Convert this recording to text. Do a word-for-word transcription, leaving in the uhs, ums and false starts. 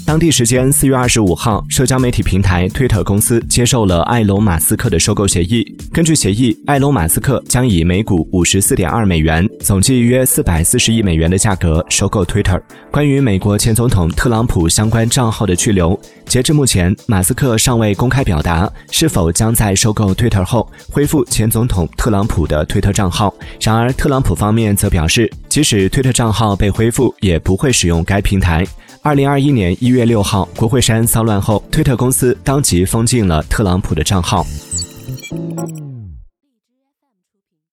当地时间四月二十五号，社交媒体平台 Twitter 公司接受了埃隆·马斯克的收购协议。根据协议，埃隆·马斯克将以每股 五十四点二美元，总计约四百四十亿美元的价格收购 Twitter。关于美国前总统特朗普相关账号的去留，截至目前，马斯克尚未公开表达是否将在收购 Twitter 后恢复前总统特朗普的推特账号。然而，特朗普方面则表示，即使推特账号被恢复，也不会使用该平台。二零二一年一月六号，国会山骚乱后，推特公司当即封禁了特朗普的账号。